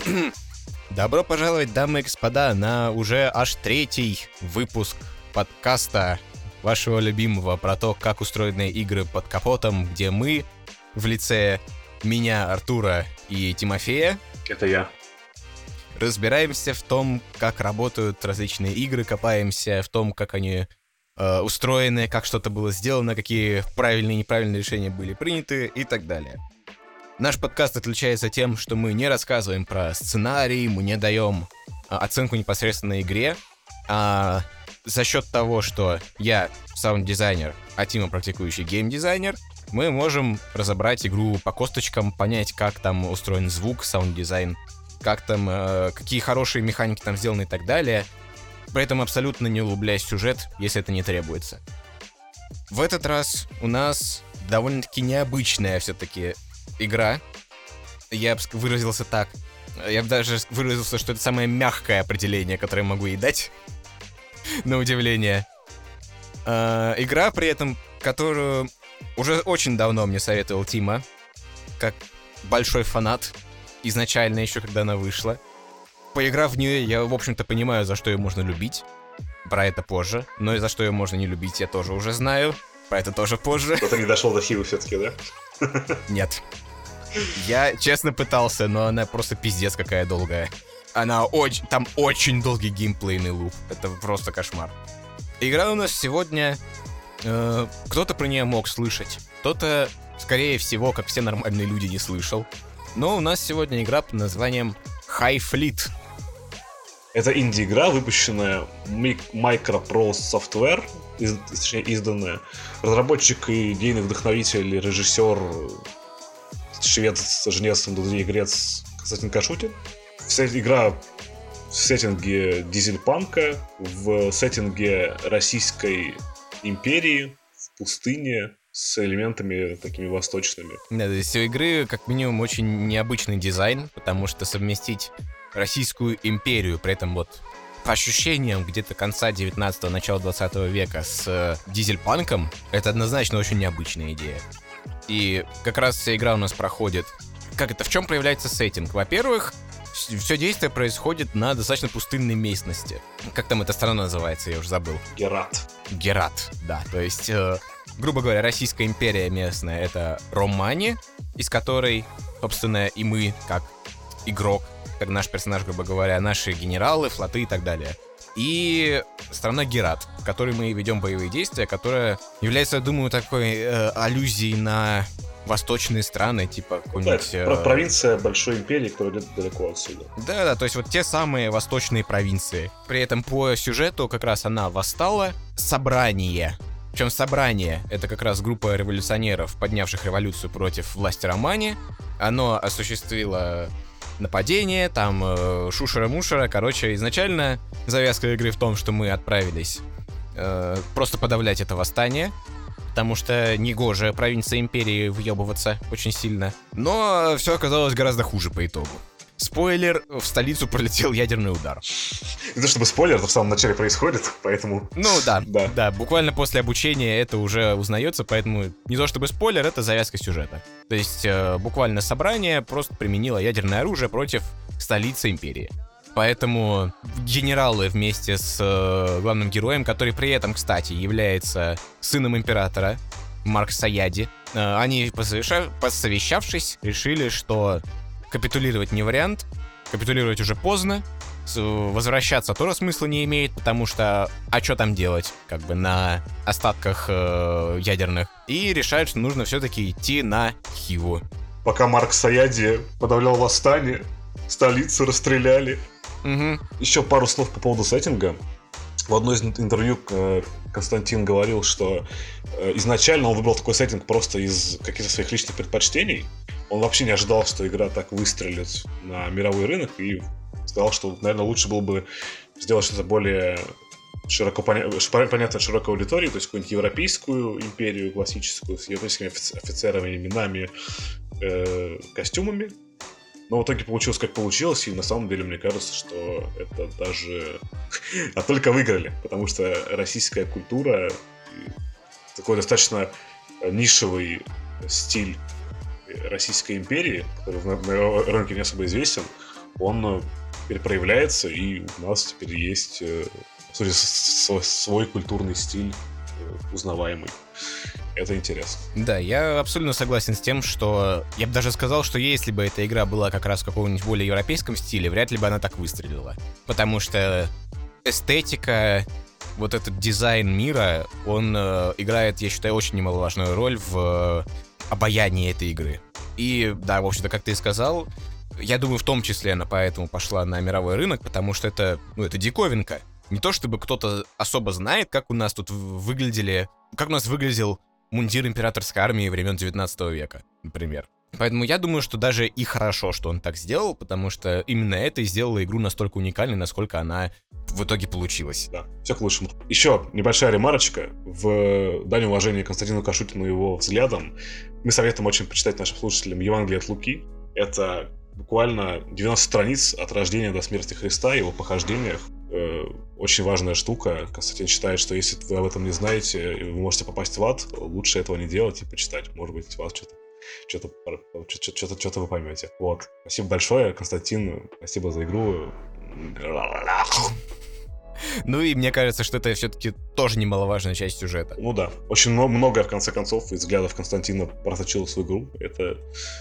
Добро пожаловать, дамы и господа, на уже аж 3-й выпуск подкаста вашего любимого про то, как устроены игры под капотом, где мы в лице меня, Артура и Тимофея Это я. разбираемся в том, как работают различные игры, копаемся в том, как они устроены, как что-то было сделано, какие правильные и неправильные решения были приняты и так далее. Наш подкаст отличается тем, что мы не рассказываем про сценарий, мы не даем оценку непосредственно игре, а за счет того, что я саунд-дизайнер, а Тима практикующий гейм-дизайнер, мы можем разобрать игру по косточкам, понять, как там устроен звук, саунд-дизайн, как там, какие хорошие механики там сделаны и так далее, при этом абсолютно не углубляясь в сюжет, если это не требуется. В этот раз у нас довольно-таки необычная все-таки игра. Я бы выразился так. Я бы даже выразился, что это самое мягкое определение, которое я могу ей дать. На удивление. Игра при этом, которую уже очень давно мне советовал Тима, как большой фанат, изначально еще когда она вышла. Поиграв в нее, я, в общем-то, понимаю, за что ее можно любить. Про это позже. Но и за что ее можно не любить, я тоже уже знаю. Про это тоже позже. Кто-то не дошел до Хивы все-таки, да? Нет. Я честно пытался, но она просто пиздец какая долгая. Она очень... Там очень долгий геймплейный луп. Это просто кошмар. Игра у нас сегодня... кто-то про нее мог слышать. Кто-то, скорее всего, как все нормальные люди, не слышал. Но у нас сегодня игра под названием High Fleet. Это инди-игра, выпущенная Microprose Software, точнее, изданная. Разработчик и идейный вдохновитель, режиссер, швед с жнецом, грец Константин Кашутин. Вся игра в сеттинге дизельпанка, в сеттинге Российской империи, в пустыне, с элементами такими восточными. Да, то есть у игры, как минимум, очень необычный дизайн, потому что совместить Российскую империю, при этом вот по ощущениям где-то конца 19-го, начала 20 века с дизельпанком, это однозначно очень необычная идея. И как раз вся игра у нас проходит. Как это? В чем проявляется сеттинг? Во-первых, все действие происходит на достаточно пустынной местности. Как там эта страна называется? Я уже забыл. Герат, да. То есть, грубо говоря, Российская империя местная — это Романи, из которой, собственно, и мы, как игрок, как наш персонаж, грубо говоря, наши генералы, флоты и так далее. И страна Герат, в которой мы ведем боевые действия, которая является, я думаю, такой аллюзией на восточные страны, типа какой-нибудь... Да, провинция Большой империи, которая где-то далеко отсюда. Да, то есть вот те самые восточные провинции. При этом по сюжету как раз она восстала. Собрание. Причем собрание — это как раз группа революционеров, поднявших революцию против власти Романи. Оно осуществило нападение, там шушера-мушера. Короче, изначально завязка игры в том, что мы отправились просто подавлять это восстание, потому что негоже провинция империи въебываться очень сильно. Но все оказалось гораздо хуже по итогу. Спойлер, в столицу пролетел ядерный удар. Не то чтобы спойлер, это в самом начале происходит, поэтому... Ну да, буквально после обучения это уже узнается, поэтому не то чтобы спойлер, это завязка сюжета. То есть буквально собрание просто применило ядерное оружие против столицы империи. Поэтому генералы вместе с главным героем, который при этом, кстати, является сыном императора, Марк Саяди, они, посовещавшись, решили, что капитулировать не вариант, капитулировать уже поздно, возвращаться тоже смысла не имеет, потому что, а что там делать, как бы на остатках ядерных, и решают, что нужно все-таки идти на Хиву. Пока Марк Саяди подавлял восстание, столицу расстреляли. Угу. Еще пару слов по поводу сеттинга. В одной из интервью Константин говорил, что изначально он выбрал такой сеттинг просто из каких-то своих личных предпочтений. Он вообще не ожидал, что игра так выстрелит на мировой рынок, и сказал, что, наверное, лучше было бы сделать что-то более широко понятно широкой аудитории, то есть какую-нибудь европейскую империю классическую с европейскими офицерами, именами, костюмами. Но в итоге получилось, как получилось, и на самом деле мне кажется, что это даже... А только выиграли, потому что российская культура, такой достаточно нишевый стиль Российской империи, который на рынке не особо известен, он перепроявляется, и у нас теперь есть, по сути, свой культурный стиль, узнаваемый. Это интересно. Да, я абсолютно согласен с тем, что я бы даже сказал, что если бы эта игра была как раз в каком-нибудь более европейском стиле, вряд ли бы она так выстрелила. Потому что эстетика, вот этот дизайн мира, он играет, я считаю, очень немаловажную роль в обаянии этой игры. И да, в общем-то, как ты и сказал, я думаю, в том числе она поэтому пошла на мировой рынок, потому что это диковинка. Не то чтобы кто-то особо знает, как у нас тут выглядел мундир императорской армии времен 19 века, например. Поэтому я думаю, что даже и хорошо, что он так сделал, потому что именно это и сделало игру настолько уникальной, насколько она в итоге получилась. Да, все к лучшему. Еще небольшая ремарочка. В дань уважения Константину Кашутину и его взглядам мы советуем очень почитать нашим слушателям Евангелие от Луки. Это буквально 90 страниц от рождения до смерти Христа, его похождениях. Очень важная штука. Константин считает, что если вы об этом не знаете, и вы можете попасть в ад, лучше этого не делать и почитать. Может быть, вас что-то вы поймете. Вот. Спасибо большое, Константин. Спасибо за игру. Ну и мне кажется, что это все-таки тоже немаловажная часть сюжета. Ну да. Очень много, в конце концов, из взглядов Константина просочилось в игру. Это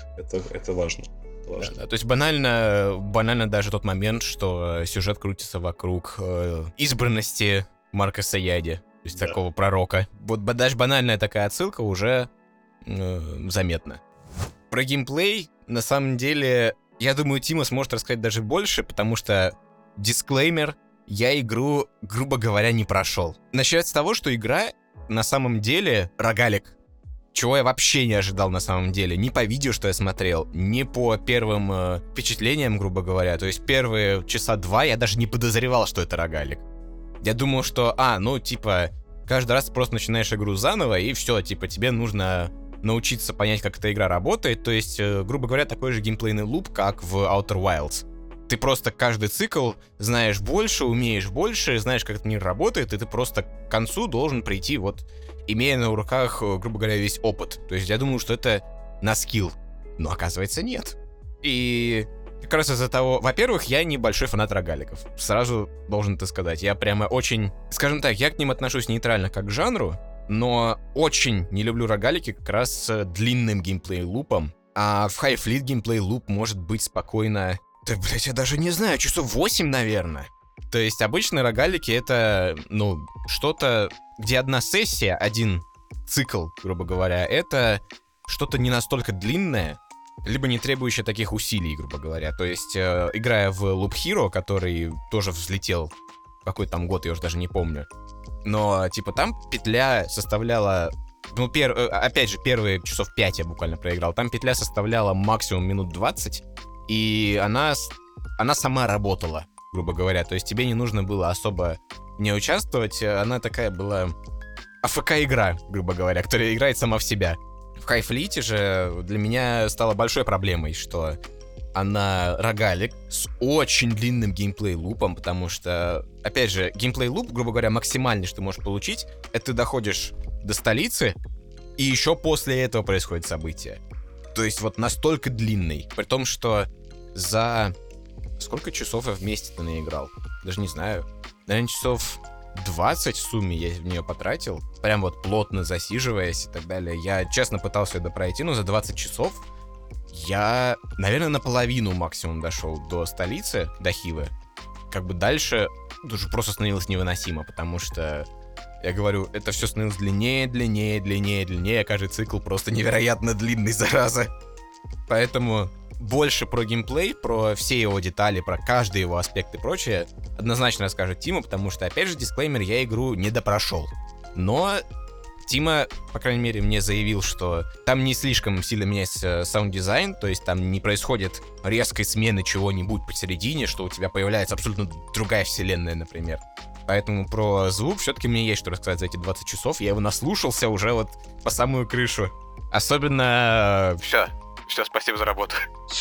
важно. Да, то есть банально даже тот момент, что сюжет крутится вокруг избранности Марка Саяди, то есть такого пророка. Вот даже банальная такая отсылка уже заметна. Про геймплей, на самом деле, я думаю, Тима сможет рассказать даже больше, потому что, дисклеймер, я игру, грубо говоря, не прошел. Начать с того, что игра на самом деле рогалик. Чего я вообще не ожидал на самом деле. Ни по видео, что я смотрел, ни по первым впечатлениям, грубо говоря. То есть первые часа 2 я даже не подозревал, что это рогалик. Я думал, что, каждый раз ты просто начинаешь игру заново, и все, тебе нужно научиться понять, как эта игра работает. То есть, грубо говоря, такой же геймплейный луп, как в Outer Wilds. Ты просто каждый цикл знаешь больше, умеешь больше, знаешь, как этот мир работает, и ты просто к концу должен прийти имея на руках, грубо говоря, весь опыт. То есть я думал, что это на скилл. Но оказывается, нет. И как раз из-за того... Во-первых, я небольшой фанат рогаликов. Сразу должен это сказать. Я прямо очень... Скажем так, я к ним отношусь нейтрально как к жанру, но очень не люблю рогалики как раз с длинным геймплей-лупом. А в High Fleet геймплей-луп может быть спокойно... Да, блять, я даже не знаю, часов 8, наверное. То есть обычно рогалики — это, что-то, где одна сессия, один цикл, грубо говоря, это что-то не настолько длинное, либо не требующее таких усилий, грубо говоря. То есть, играя в Loop Hero, который тоже взлетел в какой там год, я уже даже не помню, но, там петля составляла... опять же, первые часов 5 я буквально проиграл. Там петля составляла максимум минут 20, и она сама работала, грубо говоря. То есть тебе не нужно было особо не участвовать. Она такая была АФК-игра, грубо говоря, которая играет сама в себя. В High Fleet же для меня стало большой проблемой, что она рогалик с очень длинным геймплей-лупом, потому что, опять же, геймплей-луп, грубо говоря, максимальный, что ты можешь получить, это ты доходишь до столицы, и еще после этого происходит событие. То есть настолько длинный. При том, что за... Сколько часов я вместе-то наиграл? Даже не знаю. Наверное, часов 20 в сумме я в нее потратил. Прям плотно засиживаясь и так далее. Я честно пытался это пройти, но за 20 часов я, наверное, наполовину максимум дошел до столицы, до Хивы. Дальше уже просто становилось невыносимо, потому что, я говорю, это все становилось длиннее. Каждый цикл просто невероятно длинный, зараза. Поэтому больше про геймплей, про все его детали, про каждый его аспект и прочее однозначно расскажет Тима, потому что, опять же, дисклеймер, я игру не допрошел. Но Тима, по крайней мере, мне заявил, что там не слишком сильно меняется саунд-дизайн, то есть там не происходит резкой смены чего-нибудь посередине, что у тебя появляется абсолютно другая вселенная, например. Поэтому про звук все-таки мне есть что рассказать за эти 20 часов. Я его наслушался уже по самую крышу. Особенно... Все, спасибо за работу.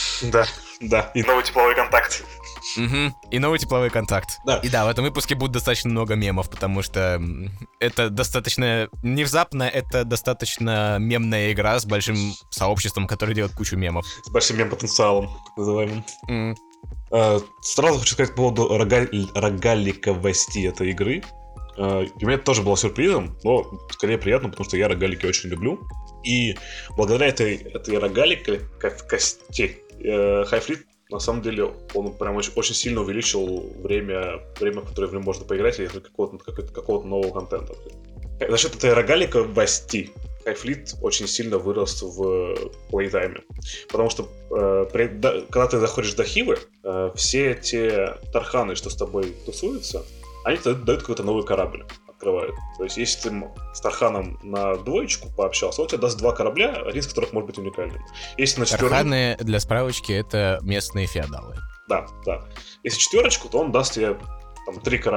Да. И новый тепловой контакт. И новый тепловой контакт. Да. И да, в этом выпуске будет достаточно много мемов, потому что это достаточно... Внезапно это достаточно мемная игра с большим сообществом, которое делает кучу мемов. С большим мем-потенциалом, так называемым. Сразу хочу сказать по поводу рогаликовости этой игры. Для меня это тоже было сюрпризом, но скорее приятно, потому что я рогалики очень люблю. И благодаря этой рогаликовости Хайфлит, на самом деле, он прям очень сильно увеличил время, в которое в нем можно поиграть, или какого-то нового контента. За счет этой рогаликовости Хайфлит очень сильно вырос в плейтайме. Потому что когда ты заходишь до Хивы, все те тарханы, что с тобой тусуются, они дают какой-то новый корабль, открывают. То есть, если ты с Тарханом на двоечку пообщался, он тебе даст 2 корабля, один из которых может быть уникальным. Если на Тарханы, для справочки, это местные феодалы. Да. Если 4, то он даст тебе там,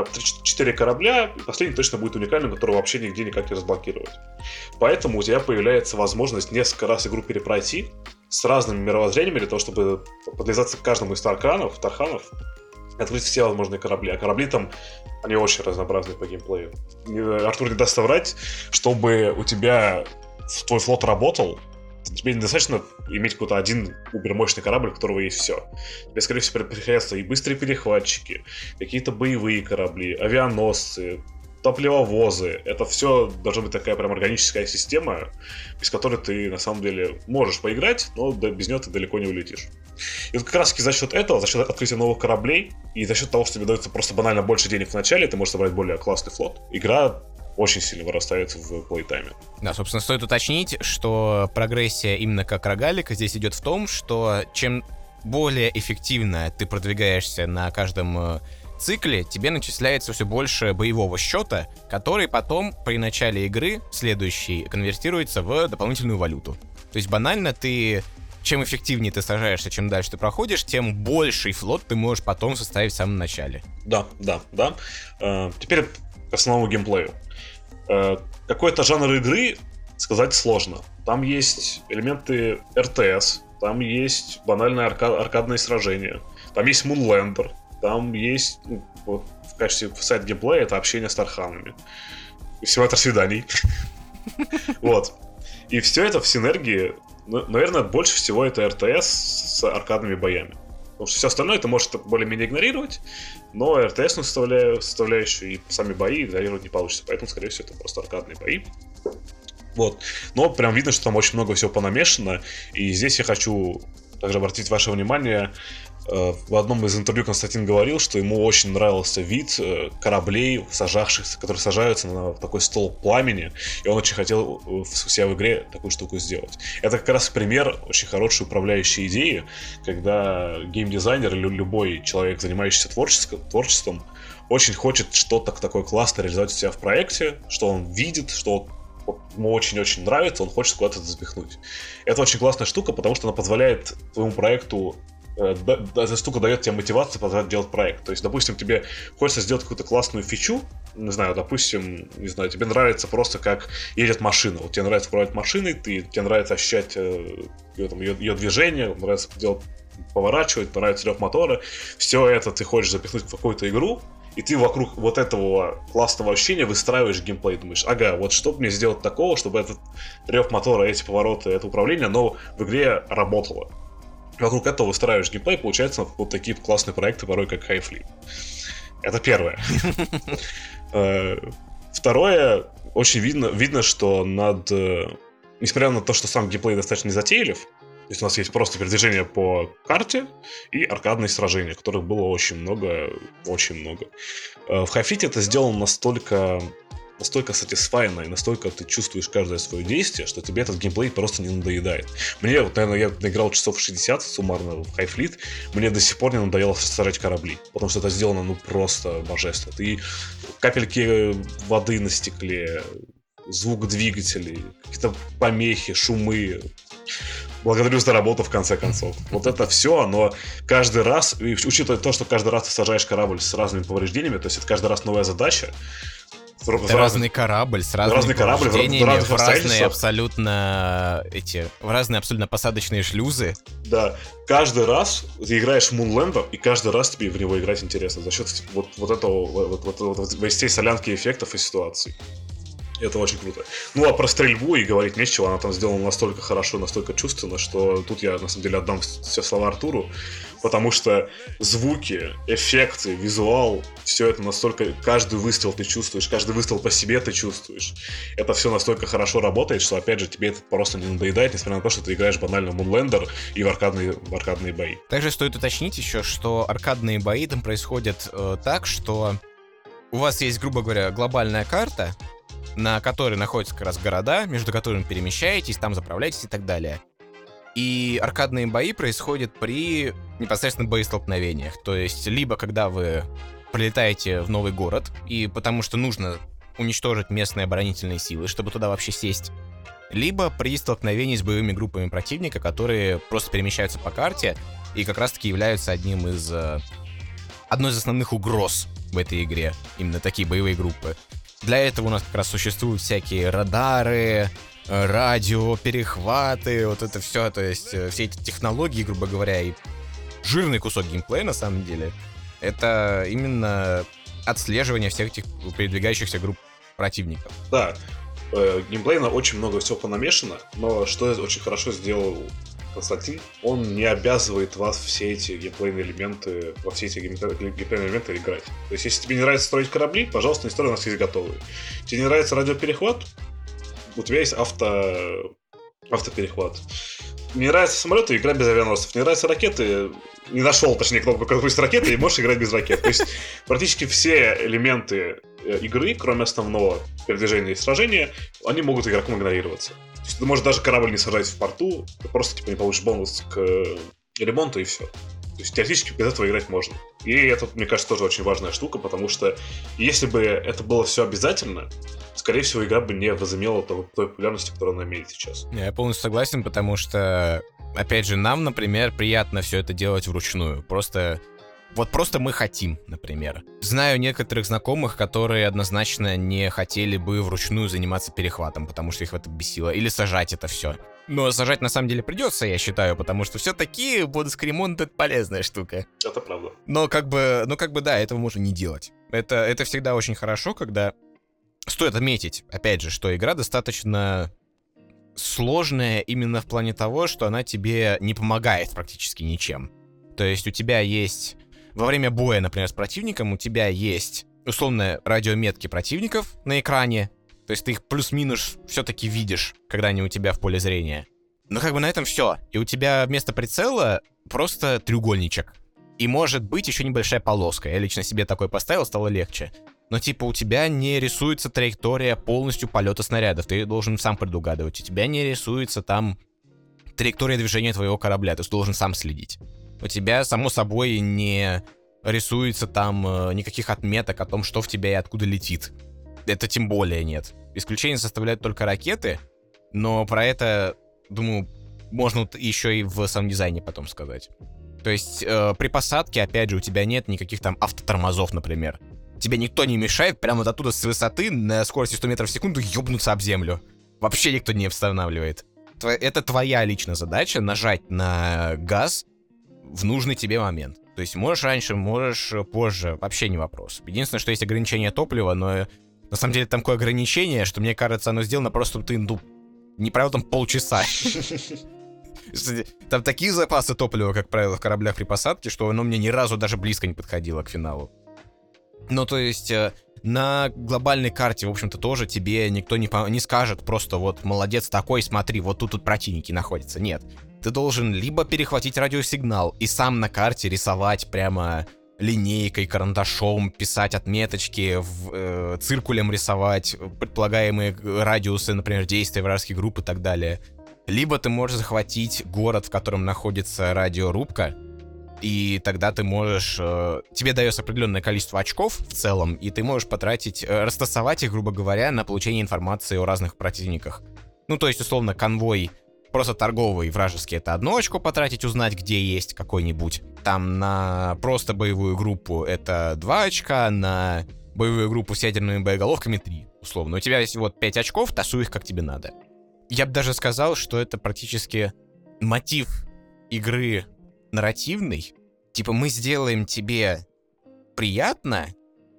4 корабля, и последний точно будет уникальным, которого вообще нигде никак не разблокировать. Поэтому у тебя появляется возможность несколько раз игру перепройти с разными мировоззрениями для того, чтобы подлизаться к каждому из тарханов, открыть все возможные корабли. А корабли там, они очень разнообразные по геймплею. Артур не даст соврать, чтобы у тебя твой флот работал, тебе недостаточно иметь какой-то один убер-мощный корабль, у которого есть все. Тебе, скорее всего, пригодятся и быстрые перехватчики, какие-то боевые корабли, авианосцы, топливовозы. Это все должна быть такая прям органическая система, без которой ты, на самом деле, можешь поиграть, но без нее ты далеко не улетишь. И вот как раз таки за счет этого, за счет открытия новых кораблей, и за счет того, что тебе дается просто банально больше денег в начале, ты можешь собрать более классный флот. Игра очень сильно вырастает в плейтайме. Да, собственно, стоит уточнить, что прогрессия именно как рогалика здесь идет в том, что чем более эффективно ты продвигаешься на каждом цикле, тебе начисляется все больше боевого счета, который потом при начале игры следующий конвертируется в дополнительную валюту. То есть банально чем эффективнее ты сражаешься, чем дальше ты проходишь, тем больший флот ты можешь потом составить в самом начале. Да. Теперь к основному геймплею. Какой-то жанр игры сказать сложно. Там есть элементы РТС, там есть банальные аркадные сражения, там есть Moonlander, там есть вот, в качестве сайд-геймплея это общение с тарханами. Симулятор свиданий. Вот. И все это в синергии. Наверное, больше всего это РТС с аркадными боями. Потому что все остальное ты можешь более-менее игнорировать, но РТС-ную составляющую и сами бои игнорировать не получится. Поэтому, скорее всего, это просто аркадные бои. Вот. Но прям видно, что там очень много всего понамешано. И здесь я хочу также обратить ваше внимание. В одном из интервью Константин говорил, что ему очень нравился вид кораблей, которые сажаются на такой столб пламени, и он очень хотел у себя в игре такую штуку сделать. Это как раз пример очень хорошей управляющей идеи, когда геймдизайнер или любой человек, занимающийся творчеством, очень хочет что-то такое классное реализовать у себя в проекте, что он видит, что ему очень-очень нравится, он хочет куда-то это запихнуть. Это очень классная штука, потому что она позволяет твоему проекту эта штука дает тебе мотивацию, позволяет делать проект. То есть, допустим, тебе хочется сделать какую-то классную фичу, не знаю, тебе нравится просто как едет машина. Вот тебе нравится управлять машиной, тебе нравится ощущать ее движение, нравится поворачивать, нравится рев мотора. Все это ты хочешь запихнуть в какую-то игру, и ты вокруг вот этого классного ощущения выстраиваешь геймплей. Думаешь, ага, вот что мне сделать такого, чтобы этот рев мотора, эти повороты, это управление, оно в игре работало. Вокруг этого выстраиваешь геймплей, получается вот такие классные проекты, порой как Хайфлит. Это первое. Второе, очень видно, что несмотря на то, что сам геймплей достаточно незатейлив, то есть у нас есть просто передвижение по карте и аркадные сражения, которых было очень много. В Хайфлите это сделано настолько сатисфайно и настолько ты чувствуешь каждое свое действие, что тебе этот геймплей просто не надоедает. Мне, вот, наверное, я наиграл часов 60 суммарно в Хайфлит, мне до сих пор не надоело сажать корабли, потому что это сделано, просто божественно. И капельки воды на стекле, звук двигателей, какие-то помехи, шумы. Благодарю за работу, в конце концов. Вот это все, оно каждый раз, и учитывая то, что каждый раз ты сажаешь корабль с разными повреждениями, то есть это каждый раз новая задача. Разный корабль с разными повреждениями, в разные абсолютно посадочные шлюзы. Да, каждый раз ты играешь в Moonlander, и каждый раз тебе в него играть интересно за счет вот всей солянки эффектов и ситуаций. Это очень круто. Ну, а про стрельбу и говорить нечего. Она там сделана настолько хорошо, настолько чувственно, что тут я, на самом деле, отдам все слова Артуру. Потому что звуки, эффекты, визуал, все это настолько... Каждый выстрел ты чувствуешь, каждый выстрел по себе ты чувствуешь. Это все настолько хорошо работает, что, опять же, тебе это просто не надоедает, несмотря на то, что ты играешь банально в Moonlander и в аркадные бои. Также стоит уточнить еще, что аркадные бои там происходят так, что у вас есть, грубо говоря, глобальная карта, на которой находятся как раз города, между которыми перемещаетесь, там заправляетесь и так далее. И аркадные бои происходят при непосредственно боестолкновениях. То есть, либо когда вы прилетаете в новый город, и потому что нужно уничтожить местные оборонительные силы, чтобы туда вообще сесть, либо при столкновении с боевыми группами противника, которые просто перемещаются по карте и как раз-таки являются одной из основных угроз в этой игре. Именно такие боевые группы. Для этого у нас как раз существуют всякие радары, радио, перехваты, вот это все, то есть все эти технологии, грубо говоря, и жирный кусок геймплея на самом деле, это именно отслеживание всех этих передвигающихся групп противников. Да, геймплейно очень много всего понамешано, но что очень хорошо сделал Константин, он не обязывает вас во все эти геймплейные элементы играть. То есть, если тебе не нравится строить корабли, пожалуйста, настрой у нас есть готовые. Тебе не нравится радиоперехват, у тебя есть автоперехват. Не нравятся самолеты, играй без авианосцев. Не нравятся ракеты, не нашел, точнее, кнопку, как пусть ракеты, и можешь играть без ракет. То есть, практически все элементы игры, кроме основного передвижения и сражения, они могут игроком игнорироваться. То есть, ты можешь даже корабль не сажать в порту, ты просто не получишь бонус к ремонту и все. То есть, теоретически без этого играть можно. И это, мне кажется, тоже очень важная штука, потому что если бы это было все обязательно, скорее всего, игра бы не возымела той популярности, которую она имеет сейчас. Я полностью согласен, потому что, опять же, нам, например, приятно все это делать вручную. Просто мы хотим, например. Знаю некоторых знакомых, которые однозначно не хотели бы вручную заниматься перехватом, потому что их это бесило. Или сажать это все. Но сажать на самом деле придется, я считаю, потому что все-таки бодоскримонт — это полезная штука. Это правда. Но как бы, да, этого можно не делать. Это всегда очень хорошо, когда... Стоит отметить, опять же, что игра достаточно сложная именно в плане того, что она тебе не помогает практически ничем. То есть у тебя есть... Во время боя, например, с противником, у тебя есть условно радиометки противников на экране. То есть ты их плюс-минус все-таки видишь, когда они у тебя в поле зрения. Но как бы на этом все. И у тебя вместо прицела просто треугольничек. И может быть еще небольшая полоска. Я лично себе такой поставил, стало легче. Но типа у тебя не рисуется траектория полностью полета снарядов. Ты должен сам предугадывать. У тебя не рисуется там траектория движения твоего корабля. Ты должен сам следить. У тебя, само собой, не рисуется там никаких отметок о том, что в тебя и откуда летит. Это тем более нет. Исключение составляют только ракеты, но про это, думаю, можно еще и в самом дизайне потом сказать. То есть при посадке, опять же, у тебя нет никаких там автотормозов, например. Тебе никто не мешает прямо вот оттуда с высоты на скорости 100 метров в секунду ёбнуться об землю. Вообще никто не останавливает. Это твоя личная задача — нажать на газ в нужный тебе момент. То есть можешь раньше, можешь позже, вообще не вопрос. Единственное, что есть ограничение топлива, но на самом деле там такое ограничение, что мне кажется, оно сделано просто, ты, не провел там полчаса. Там такие запасы топлива, как правило, в кораблях при посадке, что оно мне ни разу даже близко не подходило к финалу. Ну, то есть, на глобальной карте, в общем-то, тоже тебе никто не скажет просто вот, молодец такой, смотри, вот тут противники находятся. Нет. Ты должен либо перехватить радиосигнал и сам на карте рисовать прямо линейкой, карандашом, писать отметочки, циркулем рисовать предполагаемые радиусы, например, действия вражеских групп и так далее. Либо ты можешь захватить город, в котором находится радиорубка, и тогда ты можешь... Тебе дается определенное количество очков в целом, и ты можешь потратить, растасовать их, грубо говоря, на получение информации о разных противниках. Ну, то есть, условно, конвой просто торговый, вражеский — это 1 очко потратить, узнать, где есть какой-нибудь. Там на просто боевую группу это 2 очка, на боевую группу с ядерными боеголовками 3, условно. У тебя есть вот 5 очков, тасуй их как тебе надо. Я бы даже сказал, что это практически мотив игры нарративный. Типа, мы сделаем тебе приятно,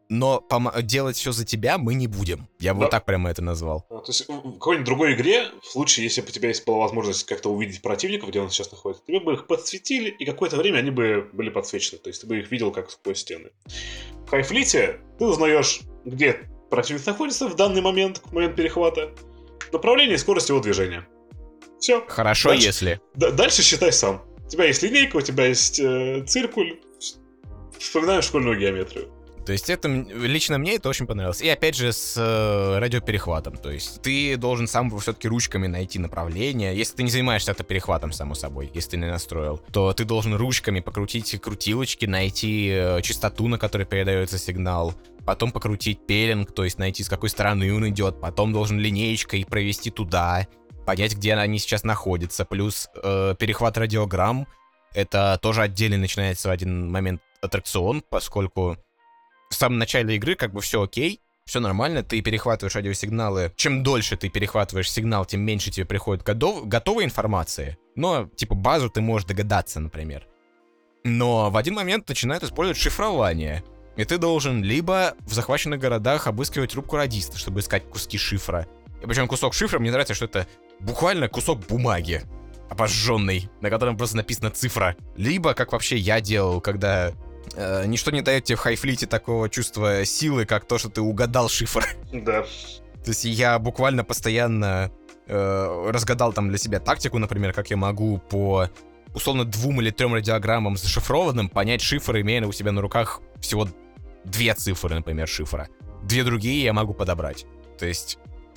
но делать все за тебя мы не будем. Я бы вот так прямо это назвал. То есть в какой-нибудь другой игре, в случае, если бы у тебя есть была возможность как-то увидеть противников, где он сейчас находится, тебе бы их подсветили, и какое-то время они бы были подсвечены. То есть ты бы их видел как сквозь стены. В Хайфлите ты узнаешь, где противник находится в данный момент, в момент перехвата, направление и скорость его движения. Все. Хорошо, дальше, если. Дальше считай сам. У тебя есть линейка, у тебя есть циркуль. Вспоминаем школьную геометрию. То есть это лично мне это очень понравилось. И опять же с радиоперехватом. То есть ты должен сам все-таки ручками найти направление. Если ты не занимаешься перехватом, само собой, если ты не настроил, то ты должен ручками покрутить крутилочки, найти частоту, на которой передается сигнал, потом покрутить пеленг, то есть найти, с какой стороны он идет, потом должен линеечкой провести туда, понять, где они сейчас находятся. Плюс перехват радиограмм — это тоже отдельно начинается в один момент аттракцион, поскольку в самом начале игры как бы все окей, все нормально, ты перехватываешь радиосигналы. Чем дольше ты перехватываешь сигнал, тем меньше тебе приходит готовой информации. Но, типа, базу ты можешь догадаться, например. Но в один момент начинают использовать шифрование. И ты должен либо в захваченных городах обыскивать рубку радиста, чтобы искать куски шифра. И причем кусок шифра, мне нравится, что это буквально кусок бумаги, обожженный, на котором просто написана цифра. Либо, как вообще я делал, когда ничто не дает тебе в Хайфлите такого чувства силы, как то, что ты угадал шифр. Да. То есть я буквально постоянно разгадал там для себя тактику, например, как я могу по условно 2 или 3 радиограммам зашифрованным понять шифр, имея у себя на руках всего 2 цифры, например, шифра. 2 другие я могу подобрать. То есть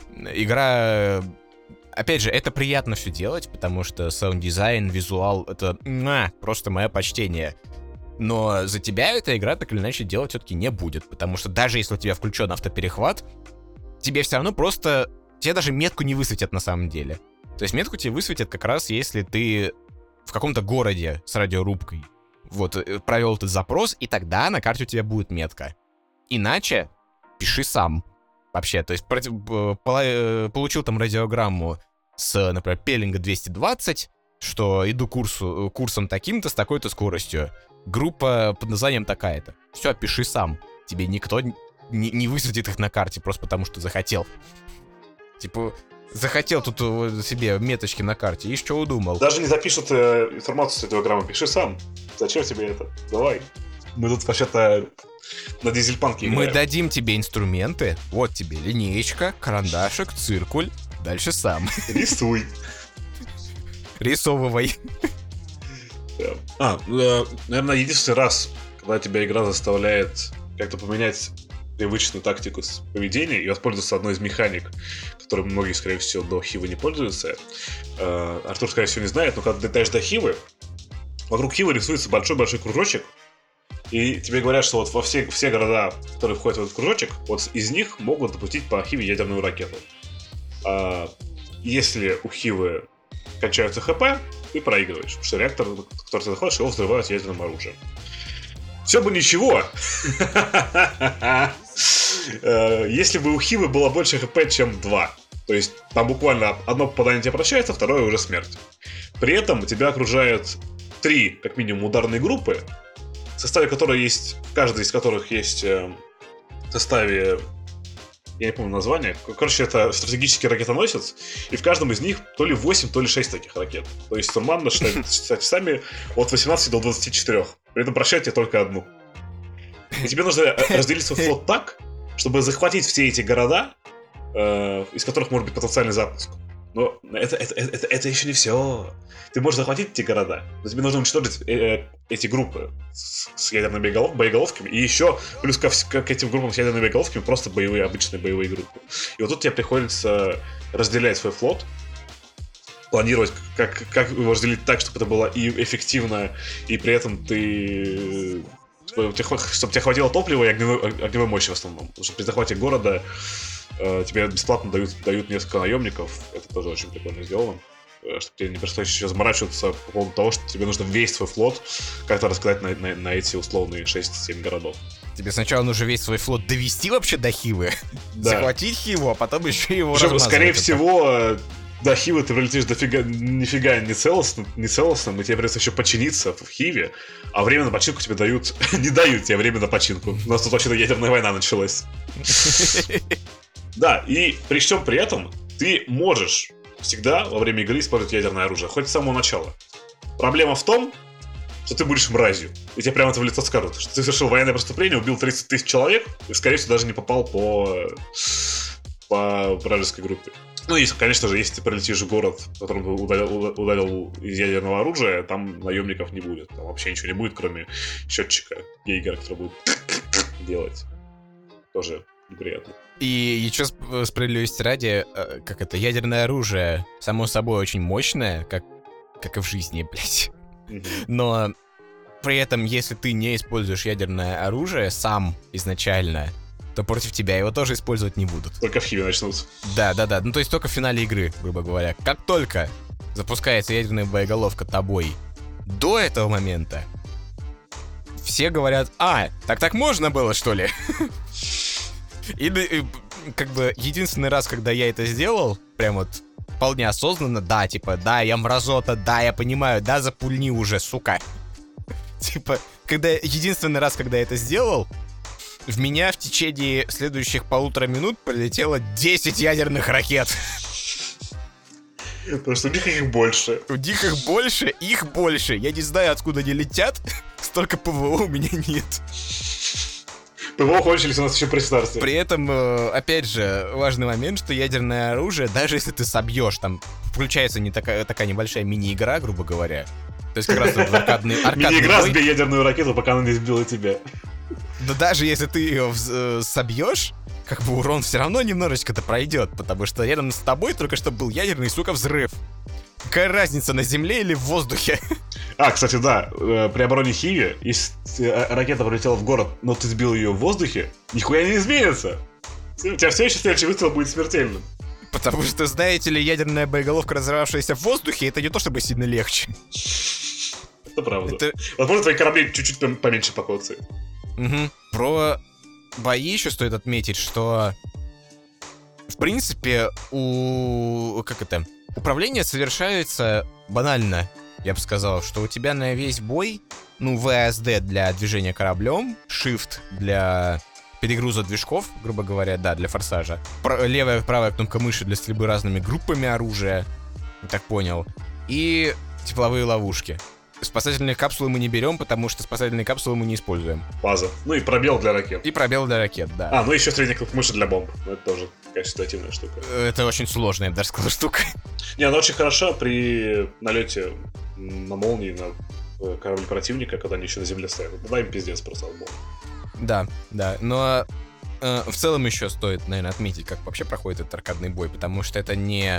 игра... Опять же, это приятно все делать, потому что саунд-дизайн, визуал — это просто мое почтение. Но за тебя эта игра так или иначе делать все-таки не будет, потому что даже если у тебя включен автоперехват, тебе все равно просто... Тебе даже метку не высветят на самом деле. То есть метку тебе высветят как раз, если ты в каком-то городе с радиорубкой вот провел этот запрос, и тогда на карте у тебя будет метка. Иначе пиши сам. Вообще, то есть получил там радиограмму с, например, пелинга 220, что иду курсом таким-то с такой-то скоростью. Группа под названием такая-то. Все, пиши сам. Тебе никто не высветит их на карте просто потому, что захотел. Типа, захотел тут себе меточки на карте, и что удумал. Даже не запишут информацию с этого грамма, пиши сам. Зачем тебе это? Давай. Мы тут вообще-то на дизельпанке играем. Мы дадим тебе инструменты. Вот тебе линеечка, карандашик, циркуль. Дальше сам. Рисуй. Рисовывай. Наверное, единственный раз, когда тебя игра заставляет как-то поменять привычную тактику поведения и воспользоваться одной из механик, которой многие, скорее всего, до Хивы не пользуются. Артур, скорее всего, не знает, но когда ты летаешь до Хивы, вокруг Хивы рисуется большой-большой кружочек, и тебе говорят, что вот во все города, которые входят в этот кружочек, вот из них могут запустить по Хиве ядерную ракету. Если у Хивы кончаются ХП, ты проигрываешь, потому что реактор, в который ты заходишь, его взрывают ядерным оружием. Все бы ничего, если бы у Хивы было больше ХП, чем 2. То есть там буквально одно попадание тебе прощается, второе уже смерть. При этом тебя окружают 3, как минимум, ударные группы, в составе которой есть, в каждой из которых есть в составе, я не помню название, короче, это стратегический ракетоносец, и в каждом из них то ли 8, то ли 6 таких ракет. То есть суммарно, кстати, сами от 18 до 24. При этом прощают тебе только одну. И тебе нужно разделить свой флот так, чтобы захватить все эти города, из которых может быть потенциальный запуск. Но это еще не все. Ты можешь захватить эти города, но тебе нужно уничтожить эти группы с ядерными боеголовками, и еще плюс к этим группам с ядерными боеголовками просто обычные боевые группы. И вот тут тебе приходится разделять свой флот, планировать, как его разделить так, чтобы это было и эффективно, и при этом чтобы тебе хватило топлива и огневой мощи в основном. Потому что при захвате города тебе бесплатно дают несколько наемников. Это тоже очень прикольно сделано. Чтобы тебе не пришлось еще заморачиваться по поводу того, что тебе нужно весь свой флот как-то раскидать на эти условные 6-7 городов. Тебе сначала нужно весь свой флот довести вообще до Хивы, да. Захватить Хиву, а потом еще его размазывать. Скорее всего, Да, Хивы ты прилетишь нифига не целостным, и тебе придется еще починиться в Хиве, а время на починку тебе дают... не дают тебе время на починку. У нас тут вообще-то ядерная война началась. Да, и при всем при этом ты можешь всегда во время игры использовать ядерное оружие, хоть с самого начала. Проблема в том, что ты будешь мразью. И тебе прямо это в лицо скажут, что ты совершил военное преступление, убил 30 тысяч человек, и, скорее всего, даже не попал по вражеской группе. Ну и, конечно же, если ты прилетишь в город, в котором ты ударил из ядерного оружия, там наемников не будет. Там вообще ничего не будет, кроме счетчика Гейгера, который будет делать. Тоже неприятно. И еще справедливости ради, как это, ядерное оружие, само собой, очень мощное, как и в жизни, блядь. Но при этом, если ты не используешь ядерное оружие сам изначально, то против тебя его тоже использовать не будут. Только в Хиве начнутся. Да. Ну, то есть только в финале игры, грубо говоря. Как только запускается ядерная боеголовка тобой до этого момента, все говорят: так можно было, что ли? И как бы единственный раз, когда я это сделал, прям вот вполне осознанно, да, типа, да, я мразота, да, я понимаю, да, запульни уже, сука. Типа, единственный раз, когда я это сделал, в меня в течение следующих 1,5 минут прилетело 10 ядерных ракет. Потому что у них их больше. У них их больше. Я не знаю, откуда они летят. Столько ПВО у меня нет. ПВО кончились у нас еще при старте. При этом, опять же, важный момент, что ядерное оружие, даже если ты собьешь, там включается не такая небольшая мини-игра, грубо говоря. То есть как раз аркадный мини-игра бой. «Сбей ядерную ракету, пока она не сбила тебя». Да даже если ты ее собьешь, как бы урон все равно немножечко-то пройдет, потому что рядом с тобой только что был ядерный, сука, взрыв. Какая разница, на земле или в воздухе? Кстати, да, при обороне Хиви, если ракета пролетела в город, но ты сбил ее в воздухе, нихуя не изменится. У тебя все еще следующий выстрел будет смертельным. Потому что, знаете ли, ядерная боеголовка, разорвавшаяся в воздухе, это не то чтобы сильно легче. Это правда. Возможно, твои корабли чуть-чуть поменьше покоцают. Угу. Про бои еще стоит отметить, что в принципе управление совершается банально. Я бы сказал, что у тебя на весь бой, VSD для движения кораблем, Shift для перегруза движков, грубо говоря, да, для форсажа, левая и правая кнопка мыши для стрельбы разными группами оружия, так понял, и тепловые ловушки. Спасательные капсулы мы не берем, потому что спасательные капсулы мы не используем. База. И пробел для ракет. И пробел для ракет, да. Еще средняя кнопка мыши для бомб. Это тоже такая ситуативная штука. Это очень сложная, я бы даже сказал, штука. Она очень хороша при налете на молнии на корабль противника, когда они еще на земле стоят. Тогда им пиздец просто от молнии. Да. Но в целом еще стоит, наверное, отметить, как вообще проходит этот аркадный бой, потому что это не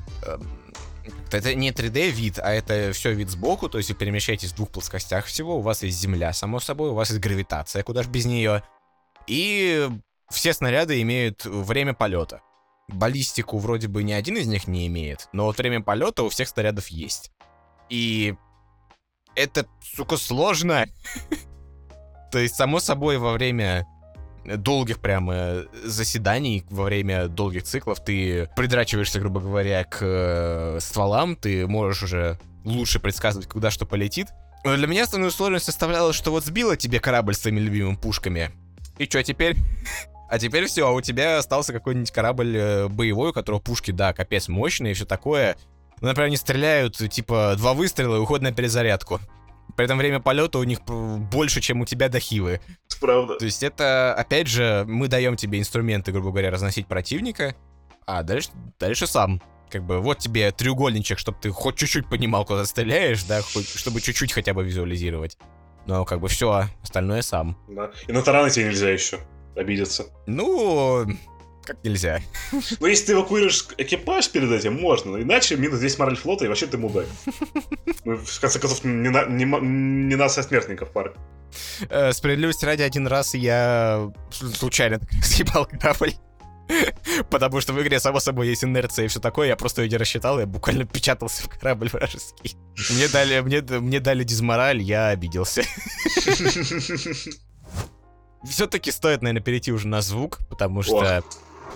3D вид, а это все вид сбоку, то есть вы перемещаетесь в двух плоскостях всего, у вас есть земля, само собой, у вас есть гравитация, куда ж без нее, и все снаряды имеют время полета. Баллистику вроде бы ни один из них не имеет, но вот время полета у всех снарядов есть. И это, сука, сложно. То есть, само собой, во время долгих прямо заседаний, во время долгих циклов ты придрачиваешься, грубо говоря, к стволам, ты можешь уже лучше предсказывать, куда что полетит. Но для меня основную сложность составляла, что вот сбила тебе корабль с твоими любимыми пушками. И что теперь? А теперь все, у тебя остался какой-нибудь корабль боевой, у которого пушки, да, капец мощные и все такое. Но, например, они стреляют, типа, 2 выстрела и уходят на перезарядку. При этом время полета у них больше, чем у тебя до Хивы. Правда. То есть это, опять же, мы даем тебе инструменты, грубо говоря, разносить противника, а дальше сам. Как бы вот тебе треугольничек, чтобы ты хоть чуть-чуть понимал, куда стреляешь, да, чтобы чуть-чуть хотя бы визуализировать. Но как бы все, остальное сам. Да. И на тараны тебе нельзя еще обидеться. Как нельзя. Но если ты эвакуируешь экипаж перед этим, можно. Иначе минус 10 мораль флота, и вообще ты мудак. В конце концов, не нас, а смертников парк. Справедливости ради, один раз я случайно съебал корабль. Потому что в игре, само собой, есть инерция и все такое. Я просто ее не рассчитал, я буквально печатался в корабль вражеский. Мне дали дизмораль, я обиделся. Все-таки стоит, наверное, перейти уже на звук, потому что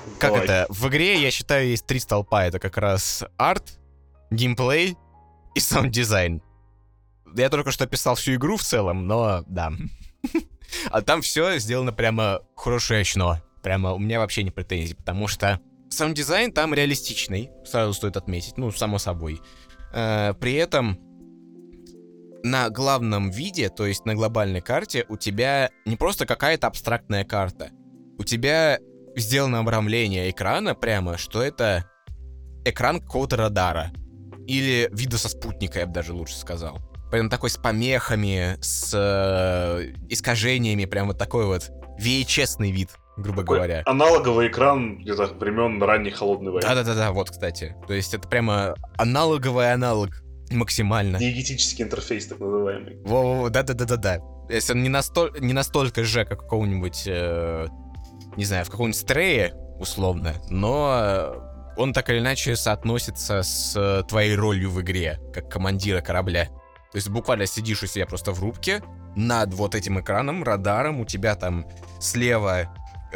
Как Давай. это? В игре, я считаю, есть 3 столпа. Это как раз арт, геймплей и саунд-дизайн. Я только что описал всю игру в целом, но да. А там все сделано прямо хорошечно. Прямо у меня вообще не претензий, потому что саунд-дизайн там реалистичный, сразу стоит отметить, ну, само собой. При этом на главном виде, то есть на глобальной карте, у тебя не просто какая-то абстрактная карта. У тебя сделано обрамление экрана прямо, что это экран какого-то радара. Или вида со спутника, я бы даже лучше сказал. Прям такой с помехами, с искажениями, прям вот такой вот VHS-ный вид, грубо говоря. Аналоговый экран где-то времен ранней холодной войны. Да-да-да, вот, кстати. То есть это прямо аналоговый аналог максимально. Диегетический интерфейс, так называемый. Во-во-во, да-да-да-да-да. Если он не настолько же, как в какого-нибудь, не знаю, в каком-нибудь Стрее, условно, но он так или иначе соотносится с твоей ролью в игре, как командира корабля. То есть буквально сидишь у себя просто в рубке, над вот этим экраном, радаром, у тебя там слева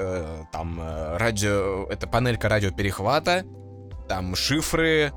радио, это панелька радиоперехвата, там шифры,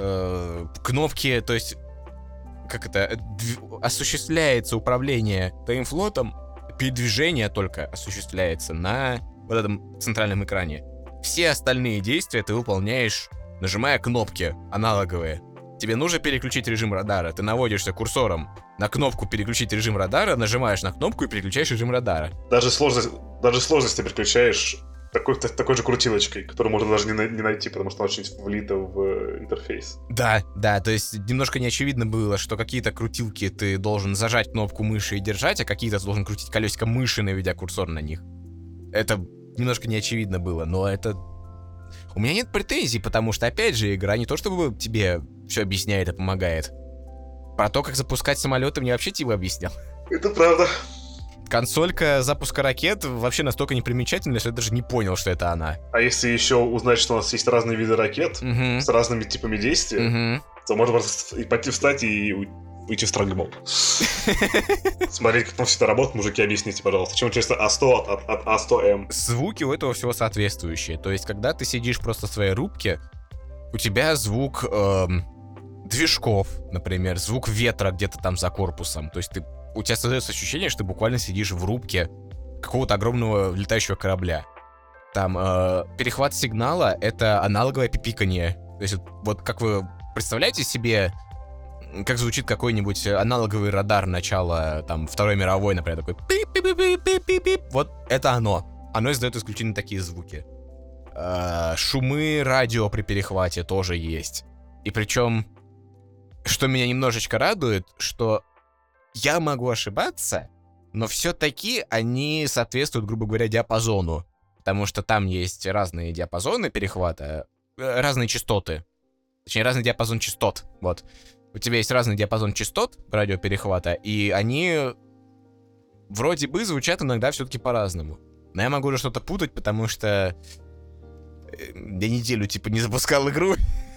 кнопки, то есть как это, осуществляется управление твоим флотом, передвижение только осуществляется на вот этом центральном экране. Все остальные действия ты выполняешь, нажимая кнопки аналоговые. Тебе нужно переключить режим радара, ты наводишься курсором на кнопку «Переключить режим радара», нажимаешь на кнопку и переключаешь режим радара. Даже сложность ты переключаешь такой же крутилочкой, которую можно даже не найти, потому что она очень влита в интерфейс. Да, то есть немножко неочевидно было, что какие-то крутилки ты должен зажать кнопку мыши и держать, а какие-то ты должен крутить колесико мыши, наведя курсор на них. Это немножко неочевидно было, но это... У меня нет претензий, потому что, опять же, игра не то чтобы тебе все объясняет и помогает. Про то, как запускать самолеты, мне вообще Тима объяснял. Это правда. Консолька запуска ракет вообще настолько непримечательная, что я даже не понял, что это она. А если еще узнать, что у нас есть разные виды ракет с разными типами действия, то можно просто и пойти встать и уйти в странгмол. Смотреть, как там все это работает, мужики, объясните, пожалуйста. Чем честно А100 от А100М? Звуки у этого всего соответствующие. То есть, когда ты сидишь просто в своей рубке, у тебя звук движков, например, звук ветра где-то там за корпусом. То есть у тебя создается ощущение, что ты буквально сидишь в рубке какого-то огромного летающего корабля. Там перехват сигнала — это аналоговое пипиканье. То есть вот как вы представляете себе, как звучит какой-нибудь аналоговый радар начала там Второй мировой, например, такой пип-пип-пип-пип-пип-пип. Вот это оно. Оно издает исключительно такие звуки. Шумы радио при перехвате тоже есть. И причем, что меня немножечко радует, что я могу ошибаться, но все-таки они соответствуют, грубо говоря, диапазону. Потому что там есть разные диапазоны перехвата, разные частоты. Точнее, разный диапазон частот. Вот. У тебя есть разный диапазон частот радиоперехвата, и они вроде бы звучат иногда все-таки по-разному. Но я могу уже что-то путать, потому что я неделю, не запускал игру.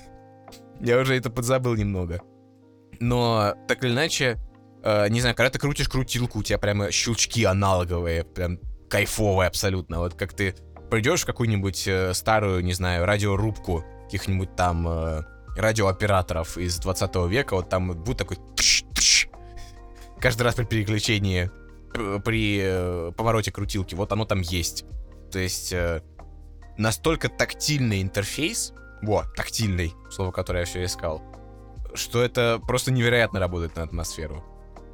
Я уже это подзабыл немного. Но, так или иначе, не знаю, когда ты крутишь крутилку, у тебя прямо щелчки аналоговые, прям кайфовые абсолютно. Вот как ты придешь в какую-нибудь старую, не знаю, радиорубку каких-нибудь там радиооператоров из 20 века, вот там будет такой каждый раз при переключении, при повороте крутилки, вот оно там есть. То есть настолько тактильный интерфейс, тактильный, слово, которое я все искал, что это просто невероятно работает на атмосферу.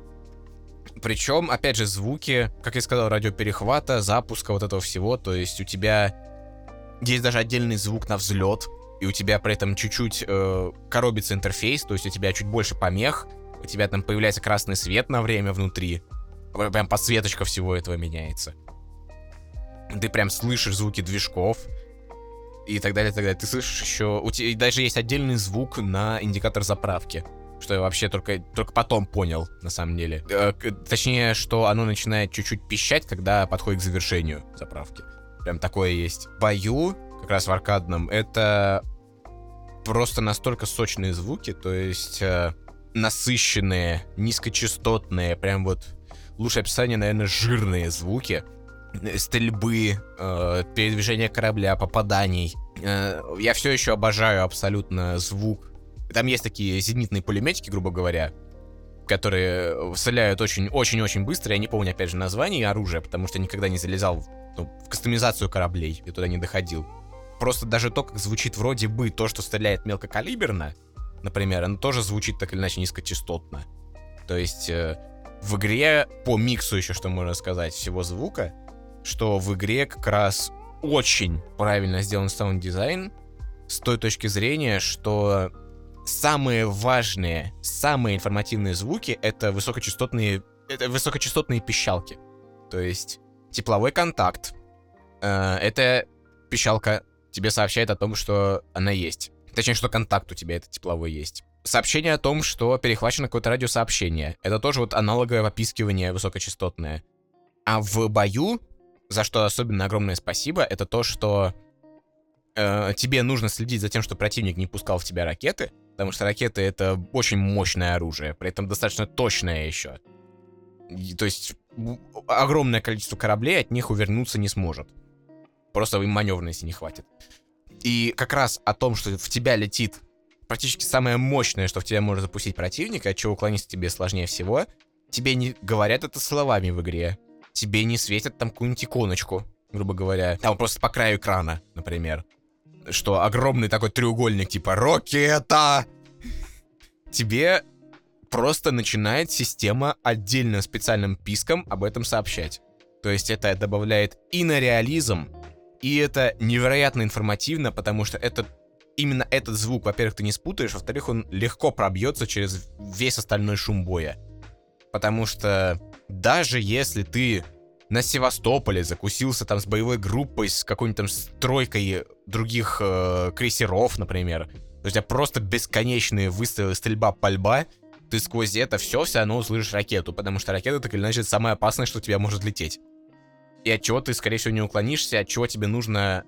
Причем, опять же, звуки, как я сказал, радиоперехвата, запуска вот этого всего, то есть у тебя есть даже отдельный звук на взлет, и у тебя при этом чуть-чуть коробится интерфейс, то есть у тебя чуть больше помех, у тебя там появляется красный свет на время внутри, прям подсветочка всего этого меняется. Ты прям слышишь звуки движков и так далее, так далее. Ты слышишь еще... У тебя даже есть отдельный звук на индикатор заправки, что я вообще только потом понял, на самом деле. Точнее, что оно начинает чуть-чуть пищать, когда подходит к завершению заправки. Прям такое есть. В бою, как раз в аркадном, это просто настолько сочные звуки, то есть насыщенные, низкочастотные, прям вот лучшее описание, наверное, жирные звуки. стрельбы, передвижения корабля, попаданий. Я все еще обожаю абсолютно звук. Там есть такие зенитные пулеметики, грубо говоря, которые стреляют очень-очень-очень быстро. Я не помню, опять же, название оружия, потому что никогда не залезал в кастомизацию кораблей, я туда не доходил. Просто даже то, как звучит вроде бы то, что стреляет мелкокалиберно, например, оно тоже звучит так или иначе низкочастотно. То есть в игре по миксу еще, что можно сказать, всего звука, что в игре как раз очень правильно сделан саунд-дизайн с той точки зрения, что самые важные, самые информативные звуки — это высокочастотные пищалки. То есть тепловой контакт. Эта пищалка тебе сообщает о том, что она есть. Точнее, что контакт у тебя это тепловой есть. Сообщение о том, что перехвачено какое-то радиосообщение. Это тоже вот аналоговое попискивание высокочастотное. А в бою, за что особенно огромное спасибо, это то, что тебе нужно следить за тем, что противник не пускал в тебя ракеты, потому что ракеты — это очень мощное оружие, при этом достаточно точное еще. То есть огромное количество кораблей от них увернуться не сможет. Просто им маневренности не хватит. И как раз о том, что в тебя летит практически самое мощное, что в тебя может запустить противник, от чего уклониться тебе сложнее всего, тебе не говорят это словами в игре. Тебе не светят там какую-нибудь иконочку, грубо говоря. Там просто по краю экрана, например. Что огромный такой треугольник, типа «Ракета!» Тебе просто начинает система отдельным специальным писком об этом сообщать. То есть это добавляет и на реализм, и это невероятно информативно, потому что именно этот звук, во-первых, ты не спутаешь, во-вторых, он легко пробьется через весь остальной шум боя. Потому что даже если ты на Севастополе закусился там с боевой группой, с какой-нибудь там стройкой других крейсеров, например, то есть у тебя просто бесконечные выстрелы, стрельба, пальба, ты сквозь это все равно услышишь ракету, потому что ракета, так или иначе, это самое опасное, что у тебя может лететь. И от чего ты, скорее всего, не уклонишься, от чего тебе нужно...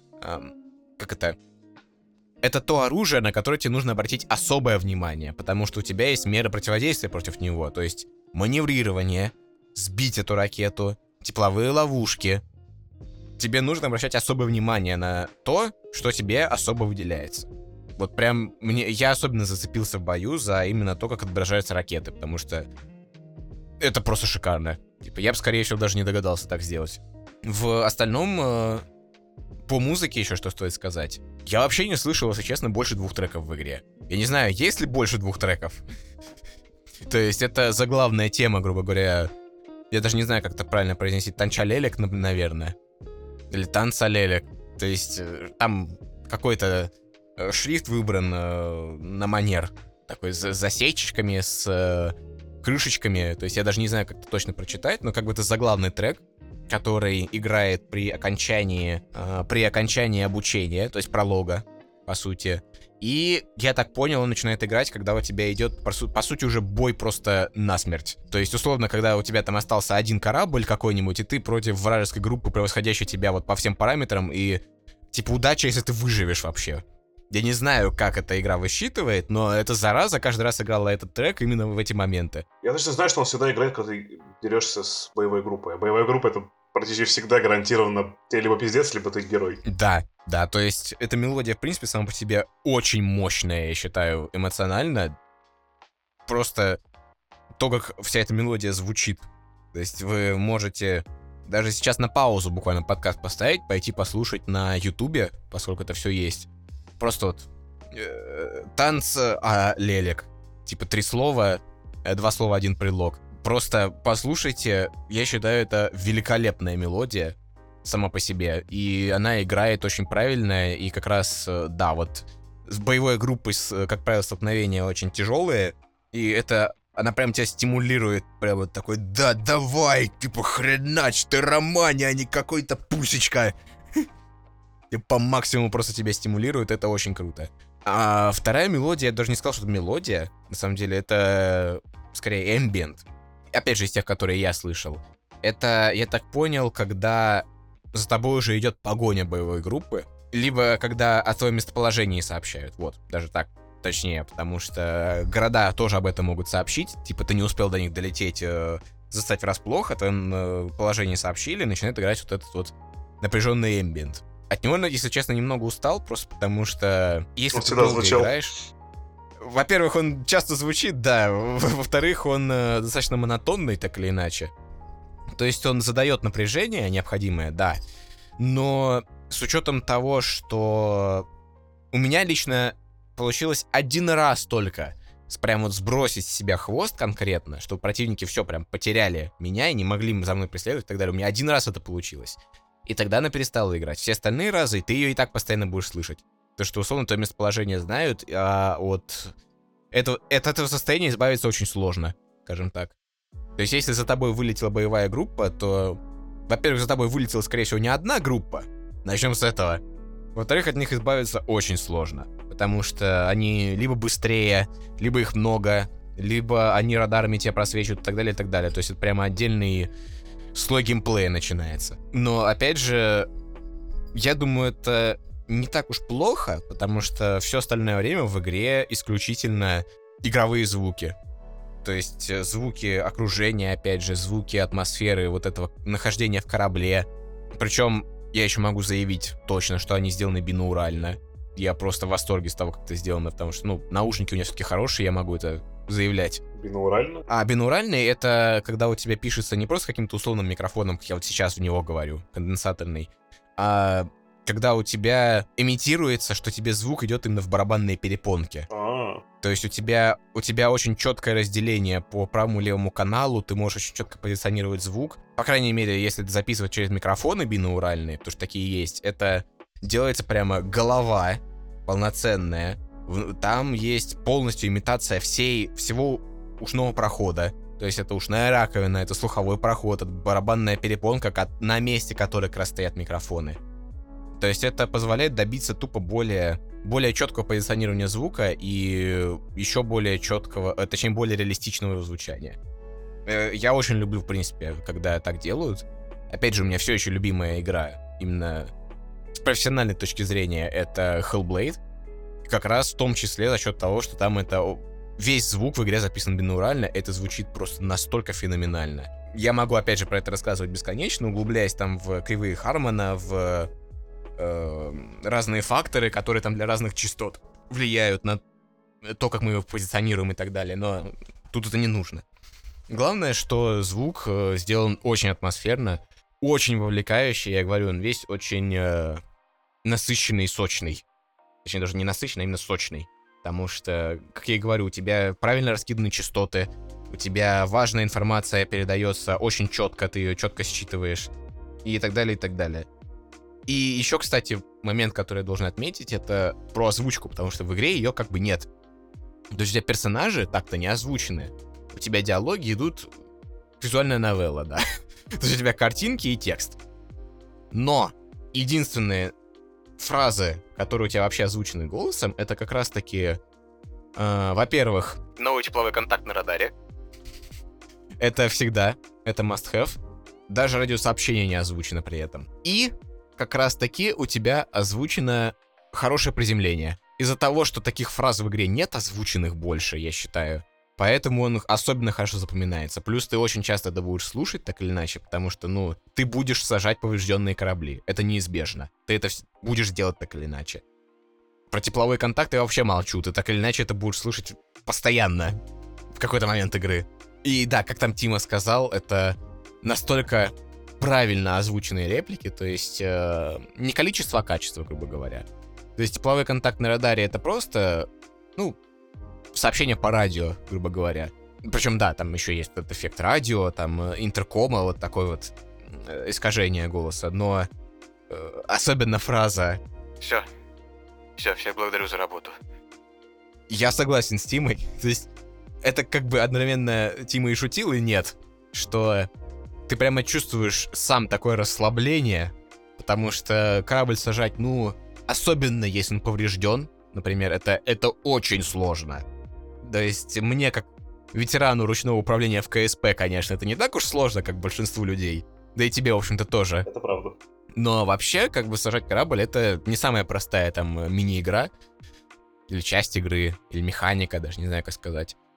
Это то оружие, на которое тебе нужно обратить особое внимание, потому что у тебя есть меры противодействия против него, то есть маневрирование, сбить эту ракету, тепловые ловушки. Тебе нужно обращать особое внимание на то, что тебе особо выделяется. Вот прям я особенно зацепился в бою за именно то, как отображаются ракеты, потому что это просто шикарно. Типа, я бы, скорее всего, даже не догадался так сделать. В остальном, по музыке еще что стоит сказать. Я вообще не слышал, если честно, больше 2 треков в игре. Я не знаю, есть ли больше 2 треков. То есть это заглавная тема, грубо говоря. Я даже не знаю, как это правильно произнести. Танчалелек, наверное. Или танцалелек. То есть там какой-то шрифт выбран на манер. Такой с засечечками, с крышечками. То есть я даже не знаю, как это точно прочитать, но как бы это заглавный трек, который играет при окончании обучения, то есть пролога, по сути. И, я так понял, он начинает играть, когда у тебя идет, по сути, уже бой просто насмерть. То есть, условно, когда у тебя там остался один корабль какой-нибудь, и ты против вражеской группы, превосходящей тебя вот по всем параметрам, и, типа, удача, если ты выживешь вообще. Я не знаю, как эта игра высчитывает, но эта зараза каждый раз играла этот трек именно в эти моменты. Я точно знаю, что он всегда играет, когда ты дерешься с боевой группой. А боевая группа — это практически всегда гарантированно ты либо пиздец, либо ты герой. Да, то есть эта мелодия, в принципе, сама по себе очень мощная, я считаю, эмоционально. Просто то, как вся эта мелодия звучит. То есть вы можете даже сейчас на паузу буквально подкаст поставить, пойти послушать на Ютубе, поскольку это все есть. Просто вот танц лелек. Типа 3 слова, 2 слова, 1 предлог. Просто послушайте, я считаю, это великолепная мелодия сама по себе. И она играет очень правильно, и как раз, да, вот с боевой группой, как правило, столкновения очень тяжелые, и это... Она прям тебя стимулирует, прям вот такой: да, давай, типа, хренач, ты романе, а не какой-то пусечка. И по максимуму просто тебя стимулирует, это очень круто. А вторая мелодия, я даже не сказал, что это мелодия. На самом деле, это скорее эмбиент. Опять же, из тех, которые я слышал. Это, я так понял, когда за тобой уже идет погоня боевой группы, либо когда о твоем местоположении сообщают. Вот, даже так точнее, потому что города тоже об этом могут сообщить. Типа, ты не успел до них долететь застать врасплох, о твоем положении сообщили, начинает играть вот этот вот напряженный эмбиент. От него, если честно, немного устал, просто потому что если ты долго играешь... Во-первых, он часто звучит, да. Во-вторых, он достаточно монотонный, так или иначе. То есть он задает напряжение необходимое, да. Но с учетом того, что у меня лично получилось один раз только прям вот сбросить с себя хвост конкретно, чтобы противники все прям потеряли меня и не могли за мной преследовать и так далее. У меня один раз это получилось. И тогда она перестала играть. Все остальные разы ты ее и так постоянно будешь слышать. То, что условно твое местоположение знают, а от этого состояния избавиться очень сложно, скажем так. То есть если за тобой вылетела боевая группа, то, во-первых, за тобой вылетела, скорее всего, не одна группа. Начнем с этого. Во-вторых, от них избавиться очень сложно. Потому что они либо быстрее, либо их много, либо они радарами тебя просвечивают и так далее, и так далее. То есть это прямо отдельный слой геймплея начинается. Но, опять же, я думаю, это не так уж плохо, потому что все остальное время в игре исключительно игровые звуки. То есть звуки окружения, опять же, звуки атмосферы, вот этого нахождения в корабле. Причем я еще могу заявить точно, что они сделаны бинаурально. Я просто в восторге с того, как это сделано, потому что, наушники у меня все-таки хорошие, я могу это заявлять. Бинаурально? А бинауральный — это когда у тебя пишется не просто каким-то условным микрофоном, как я вот сейчас в него говорю, конденсаторный, а когда у тебя имитируется, что тебе звук идет именно в барабанные перепонки. То есть у тебя очень четкое разделение по правому и левому каналу, ты можешь очень четко позиционировать звук. По крайней мере, если записывать через микрофоны бинауральные, потому что такие есть, это делается прямо голова полноценная. Там есть полностью имитация всего ушного прохода. То есть это ушная раковина, это слуховой проход, это барабанная перепонка, на месте которой как раз стоят микрофоны. То есть это позволяет добиться тупо более четкого позиционирования звука и еще более четкого, точнее, более реалистичного звучания. Я очень люблю, в принципе, когда так делают. Опять же, у меня все еще любимая игра, именно с профессиональной точки зрения, это Hellblade. Как раз в том числе за счет того, что там весь звук в игре записан бинаурально, это звучит просто настолько феноменально. Я могу, опять же, про это рассказывать бесконечно, углубляясь там в кривые Хармона, в разные факторы, которые там для разных частот влияют на то, как мы его позиционируем и так далее, но тут это не нужно. Главное, что звук сделан очень атмосферно, очень вовлекающий, я говорю, он весь очень насыщенный и сочный. Точнее, даже не насыщенный, а именно сочный. Потому что, как я и говорю, у тебя правильно раскиданы частоты, у тебя важная информация передается очень четко, ты ее четко считываешь, и так далее, и так далее. И еще, кстати, момент, который я должен отметить, это про озвучку, потому что в игре ее как бы нет. То есть у тебя персонажи так-то не озвучены. У тебя диалоги идут... Визуальная новелла, да. То есть у тебя картинки и текст. Но единственные фразы, которые у тебя вообще озвучены голосом, это как раз-таки, во-первых, новый тепловой контакт на радаре. Это всегда, это must-have. Даже радиосообщение не озвучено при этом. И как раз-таки у тебя озвучено хорошее приземление. Из-за того, что таких фраз в игре нет озвученных больше, я считаю, поэтому он особенно хорошо запоминается. Плюс ты очень часто это будешь слушать, так или иначе, потому что, ты будешь сажать поврежденные корабли. Это неизбежно. Ты это будешь делать так или иначе. Про тепловой контакт я вообще молчу. Ты так или иначе это будешь слышать постоянно в какой-то момент игры. И да, как там Тима сказал, это настолько правильно озвученные реплики, то есть не количество, а качество, грубо говоря. То есть тепловой контакт на радаре — это просто, сообщение по радио, грубо говоря. Причем, да, там еще есть этот эффект радио, там интеркома, вот такое вот искажение голоса, но особенно фраза «Все, всех благодарю за работу». Я согласен с Тимой, то есть это как бы одновременно Тима и шутил, и нет, что ты прямо чувствуешь сам такое расслабление, потому что корабль сажать, особенно если он поврежден, например, это очень сложно. То есть мне, как ветерану ручного управления в КСП, конечно, это не так уж сложно, как большинству людей. Да и тебе, в общем-то, тоже. Это правда. Но вообще, сажать корабль — это не самая простая там мини-игра, или часть игры, или механика, даже не знаю, как сказать.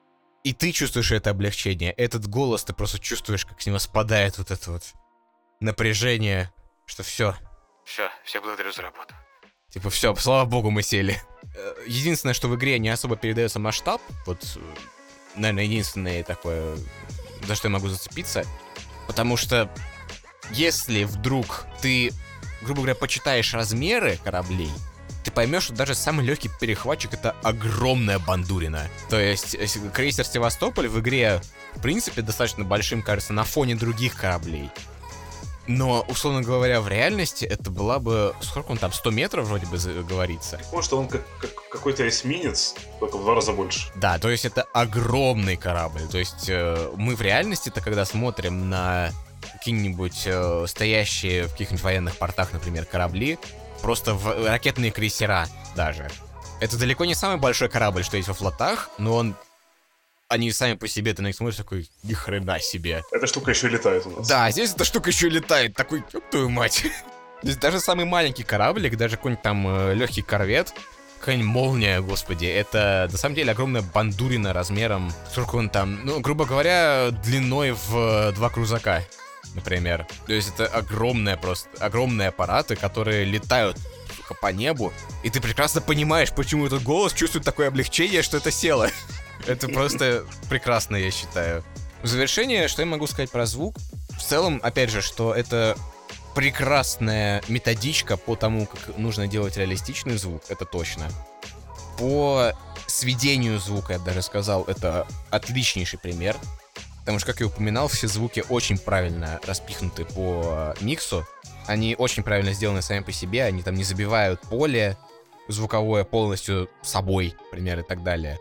И ты чувствуешь это облегчение. Этот голос, ты просто чувствуешь, как с него спадает вот это вот напряжение, что все, благодарю за работу. Типа, все, слава богу, мы сели. Единственное, что в игре не особо передается масштаб, вот, наверное, единственное такое, за что я могу зацепиться, потому что если вдруг ты, грубо говоря, почитаешь размеры кораблей, ты поймешь, что даже самый легкий перехватчик — это огромная бандурина. То есть крейсер Севастополь в игре, в принципе, достаточно большим, кажется, на фоне других кораблей. Но, условно говоря, в реальности это была бы... Сколько он там? 100 метров вроде бы говорится. Может, он как какой-то эсминец, только в 2 раза больше. Да, то есть это огромный корабль. То есть мы в реальности-то, когда смотрим на какие-нибудь стоящие в каких-нибудь военных портах, например, корабли, просто ракетные крейсера даже. Это далеко не самый большой корабль, что есть во флотах, но они сами по себе, ты на них смотришь, такой, ни хрена себе. Эта штука еще летает у нас. Да, здесь эта штука еще летает, такой, ёб твою мать. Здесь даже самый маленький кораблик, даже какой-нибудь там легкий корвет, какая-нибудь молния, господи, это на самом деле огромная бандурина размером, сколько он там, ну, грубо говоря, длиной в 2 крузака, например. То есть это огромные аппараты, которые летают, сука, по небу, и ты прекрасно понимаешь, почему этот голос чувствует такое облегчение, что это село. Это просто прекрасно, я считаю. В завершение, что я могу сказать про звук? В целом, опять же, что это прекрасная методичка по тому, как нужно делать реалистичный звук, это точно. По сведению звука, я бы даже сказал, это отличнейший пример. Потому что, как я упоминал, все звуки очень правильно распихнуты по миксу. Они очень правильно сделаны сами по себе, они там не забивают поле звуковое полностью собой, например, и так далее.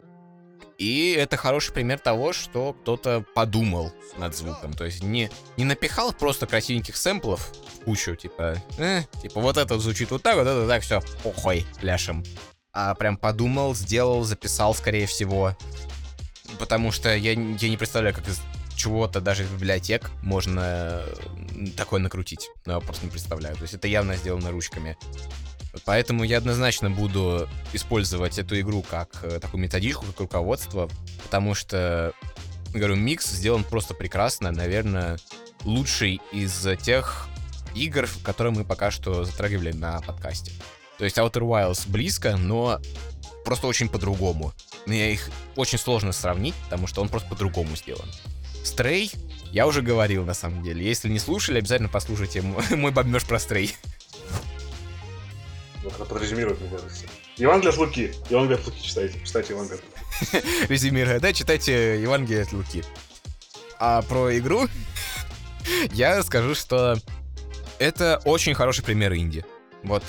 И это хороший пример того, что кто-то подумал над звуком. То есть не напихал просто красивеньких сэмплов в кучу, типа вот это звучит вот так, все, похуй, пляшем. А прям подумал, сделал, записал, скорее всего. Потому что я не представляю, как из чего-то, даже из библиотек, можно такое накрутить. Но я просто не представляю. То есть это явно сделано ручками. Поэтому я однозначно буду использовать эту игру как такую методичку, как руководство, потому что, говорю, микс сделан просто прекрасно, наверное, лучший из тех игр, которые мы пока что затрагивали на подкасте. То есть Outer Wilds близко, но просто очень по-другому. Их очень сложно сравнить, потому что он просто по-другому сделан. Stray я уже говорил, на самом деле. Если не слушали, обязательно послушайте мой бомбеж про Stray. Это прорезюмирует, мне кажется. Евангелие от Луки. Евангелие от Луки читайте. Читайте Евангелие от Луки. Резюмируя, да, читайте Евангелие от Луки. А про игру я скажу, что это очень хороший пример инди. Вот,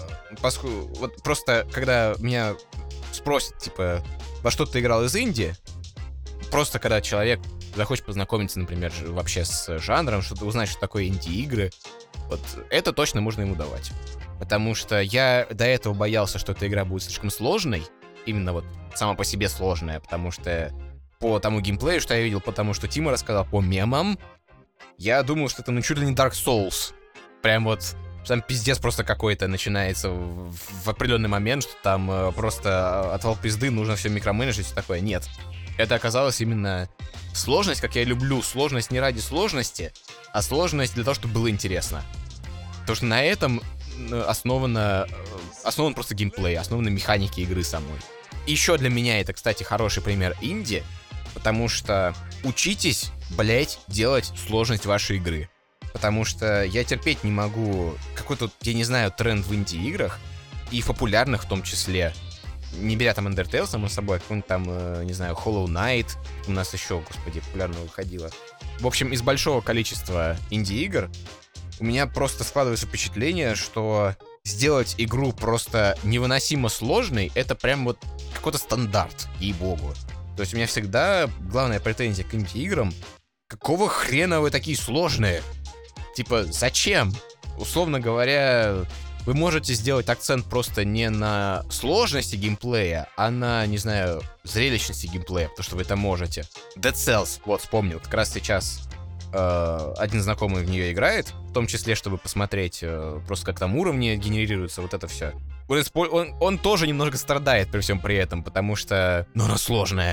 вот просто, когда меня спросят, типа, во что ты играл из инди, просто когда человек захочет познакомиться, например, вообще с жанром, что-то узнать, что такое инди-игры, вот это точно можно ему давать. Потому что я до этого боялся, что эта игра будет слишком сложной, именно вот сама по себе сложная, потому что по тому геймплею, что я видел, по тому, что Тима рассказал, по мемам, я думал, что это ну чуть ли не Dark Souls. Прям вот там пиздец просто какой-то начинается в определенный момент, что там просто отвал пизды, нужно все микроменеджить, все такое. Нет. Это оказалось именно сложность, как я люблю. Сложность не ради сложности, а сложность для того, чтобы было интересно. Потому что на этом основан просто геймплей, основаны механики игры самой. И еще для меня это, кстати, хороший пример инди, потому что учитесь, блять, делать сложность вашей игры. Потому что я терпеть не могу какой-то, я не знаю, тренд в инди-играх, и в популярных в том числе, не беря там Undertale, само собой, а какой-нибудь там, не знаю, Hollow Knight, у нас еще, господи, популярно выходило. В общем, из большого количества инди-игр у меня просто складывается впечатление, что сделать игру просто невыносимо сложной, это прям вот какой-то стандарт, ей-богу. То есть у меня всегда главная претензия к инди-играм: какого хрена вы такие сложные? Типа, зачем? Условно говоря, вы можете сделать акцент просто не на сложности геймплея, а на, не знаю, зрелищности геймплея, потому что вы это можете. Dead Cells, вот, вспомнил, как раз сейчас один знакомый в нее играет, в том числе, чтобы посмотреть просто как там уровни генерируются, вот это все. Он тоже немножко страдает при всем при этом, потому что, ну, она сложная.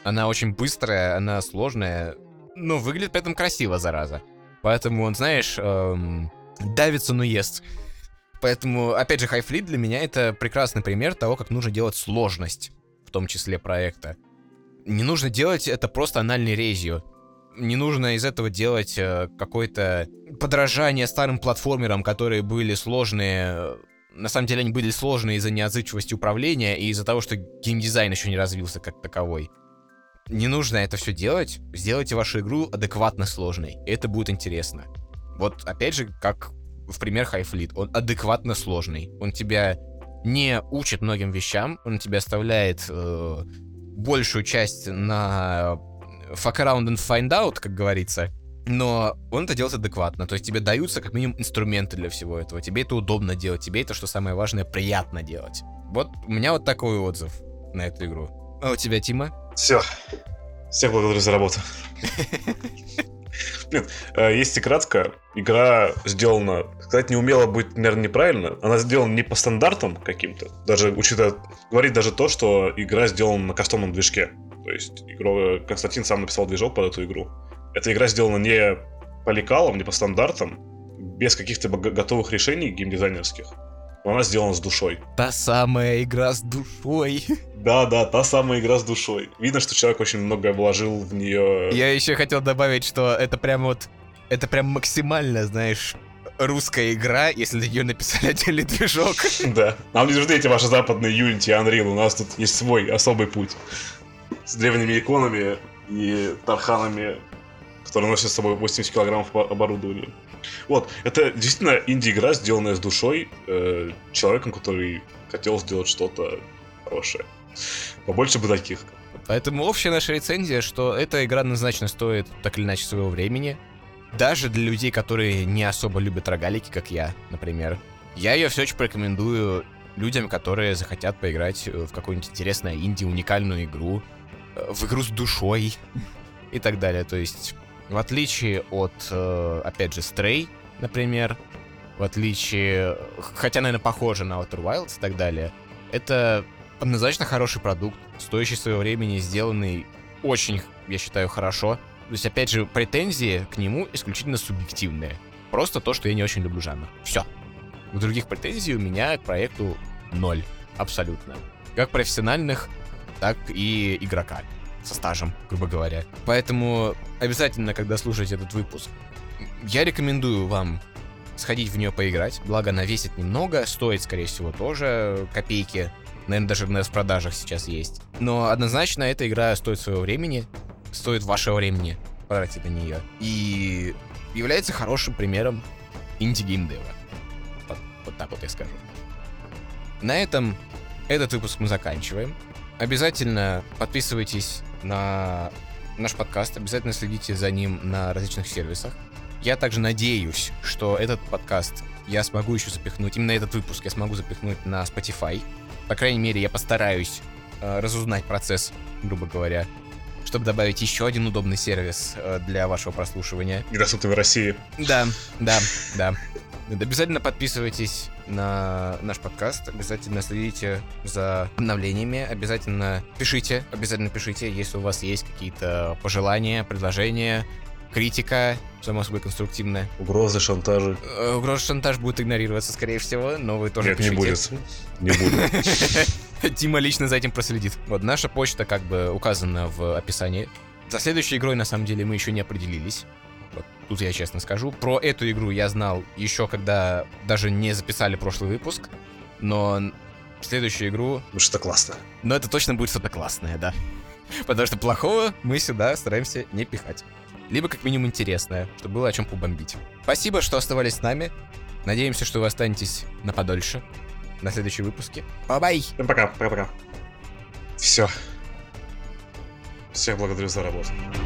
Она очень быстрая, она сложная, но выглядит при этом красиво, зараза. Поэтому он, знаешь, давится, но ест. Поэтому, опять же, Hive Fleet для меня это прекрасный пример того, как нужно делать сложность, в том числе проекта. Не нужно делать это просто анальной резью. Не нужно из этого делать какое-то подражание старым платформерам, которые были сложные. На самом деле они были сложные из-за неотзывчивости управления и из-за того, что геймдизайн еще не развился как таковой. Не нужно это все делать. Сделайте вашу игру адекватно сложной. И это будет интересно. Вот опять же, как в пример Hive Fleet. Он адекватно сложный. Он тебя не учит многим вещам. Он тебя оставляет большую часть на fuck around and find out, как говорится. Но он это делает адекватно. То есть тебе даются как минимум инструменты для всего этого. Тебе это удобно делать. Тебе это, что самое важное, приятно делать. Вот у меня вот такой отзыв на эту игру. А у тебя, Тима? Все. Всех благодарю за работу. Блин, если кратко, игра сделана, сказать неумело будет, наверное, неправильно. Она сделана не по стандартам каким-то. Даже учитывая, говорит даже то, что игра сделана на кастомном движке. То есть Константин сам написал движок под эту игру. Эта игра сделана не по лекалам, не по стандартам, без каких-то готовых решений геймдизайнерских. Но она сделана с душой. Та самая игра с душой. Да, та самая игра с душой. Видно, что человек очень много вложил в нее. Я еще хотел добавить, что это прям максимально, знаешь, русская игра, если ее написали отдельный движок. Да. Нам не нужны эти ваши западные Unity и Unreal. У нас тут есть свой особый путь. С древними иконами и тарханами, которые носят с собой 80 килограммов оборудования. Вот, это действительно инди-игра, сделанная с душой, человеком, который хотел сделать что-то хорошее. Побольше бы таких. Поэтому общая наша рецензия, что эта игра однозначно стоит так или иначе своего времени. Даже для людей, которые не особо любят рогалики, как я, например. Я ее все очень порекомендую людям, которые захотят поиграть в какую-нибудь интересную инди, уникальную игру, в игру с душой и так далее. То есть, в отличие от, опять же, Stray, например, в отличие, хотя, наверное, похоже на Outer Wilds и так далее, это однозначно хороший продукт, стоящий своего времени, сделанный очень, я считаю, хорошо. То есть, опять же, претензии к нему исключительно субъективные. Просто то, что я не очень люблю жанр. Все. У других претензий у меня к проекту 0. Абсолютно. Как профессиональных, так и игрока. Со стажем, грубо говоря. Поэтому обязательно, когда слушаете этот выпуск, я рекомендую вам сходить в нее поиграть. Благо, она весит немного, стоит, скорее всего, тоже копейки. Наверное, даже на распродажах сейчас есть. Но однозначно эта игра стоит своего времени, стоит вашего времени потратить на нее. И является хорошим примером инди-геймдева. Вот так вот я скажу. На этом этот выпуск мы заканчиваем. Обязательно подписывайтесь на наш подкаст, обязательно следите за ним на различных сервисах. Я также надеюсь, что этот подкаст я смогу еще запихнуть, именно этот выпуск я смогу запихнуть на Spotify. По крайней мере, я постараюсь разузнать процесс, грубо говоря, чтобы добавить еще один удобный сервис для вашего прослушивания. Недоступный в России. Да. Обязательно подписывайтесь на наш подкаст, обязательно следите за обновлениями, обязательно пишите, если у вас есть какие-то пожелания, предложения, критика, само собой конструктивная. Угрозы, шантажи. Шантаж будет игнорироваться, скорее всего, но вы тоже пишите. Не будет. Тима лично за этим проследит. Вот, наша почта как бы указана в описании. За следующей игрой, на самом деле, мы еще не определились. Вот, тут я честно скажу. Про эту игру я знал еще, когда даже не записали прошлый выпуск. Но следующую игру... Ну, что-то классное. Но это точно будет что-то классное, да. Потому что плохого мы сюда стараемся не пихать. Либо как минимум интересное, чтобы было о чем побомбить. Спасибо, что оставались с нами. Надеемся, что вы останетесь на подольше. На следующем выпуске. Бай-бай! Всем пока. Все. Всех благодарю за работу.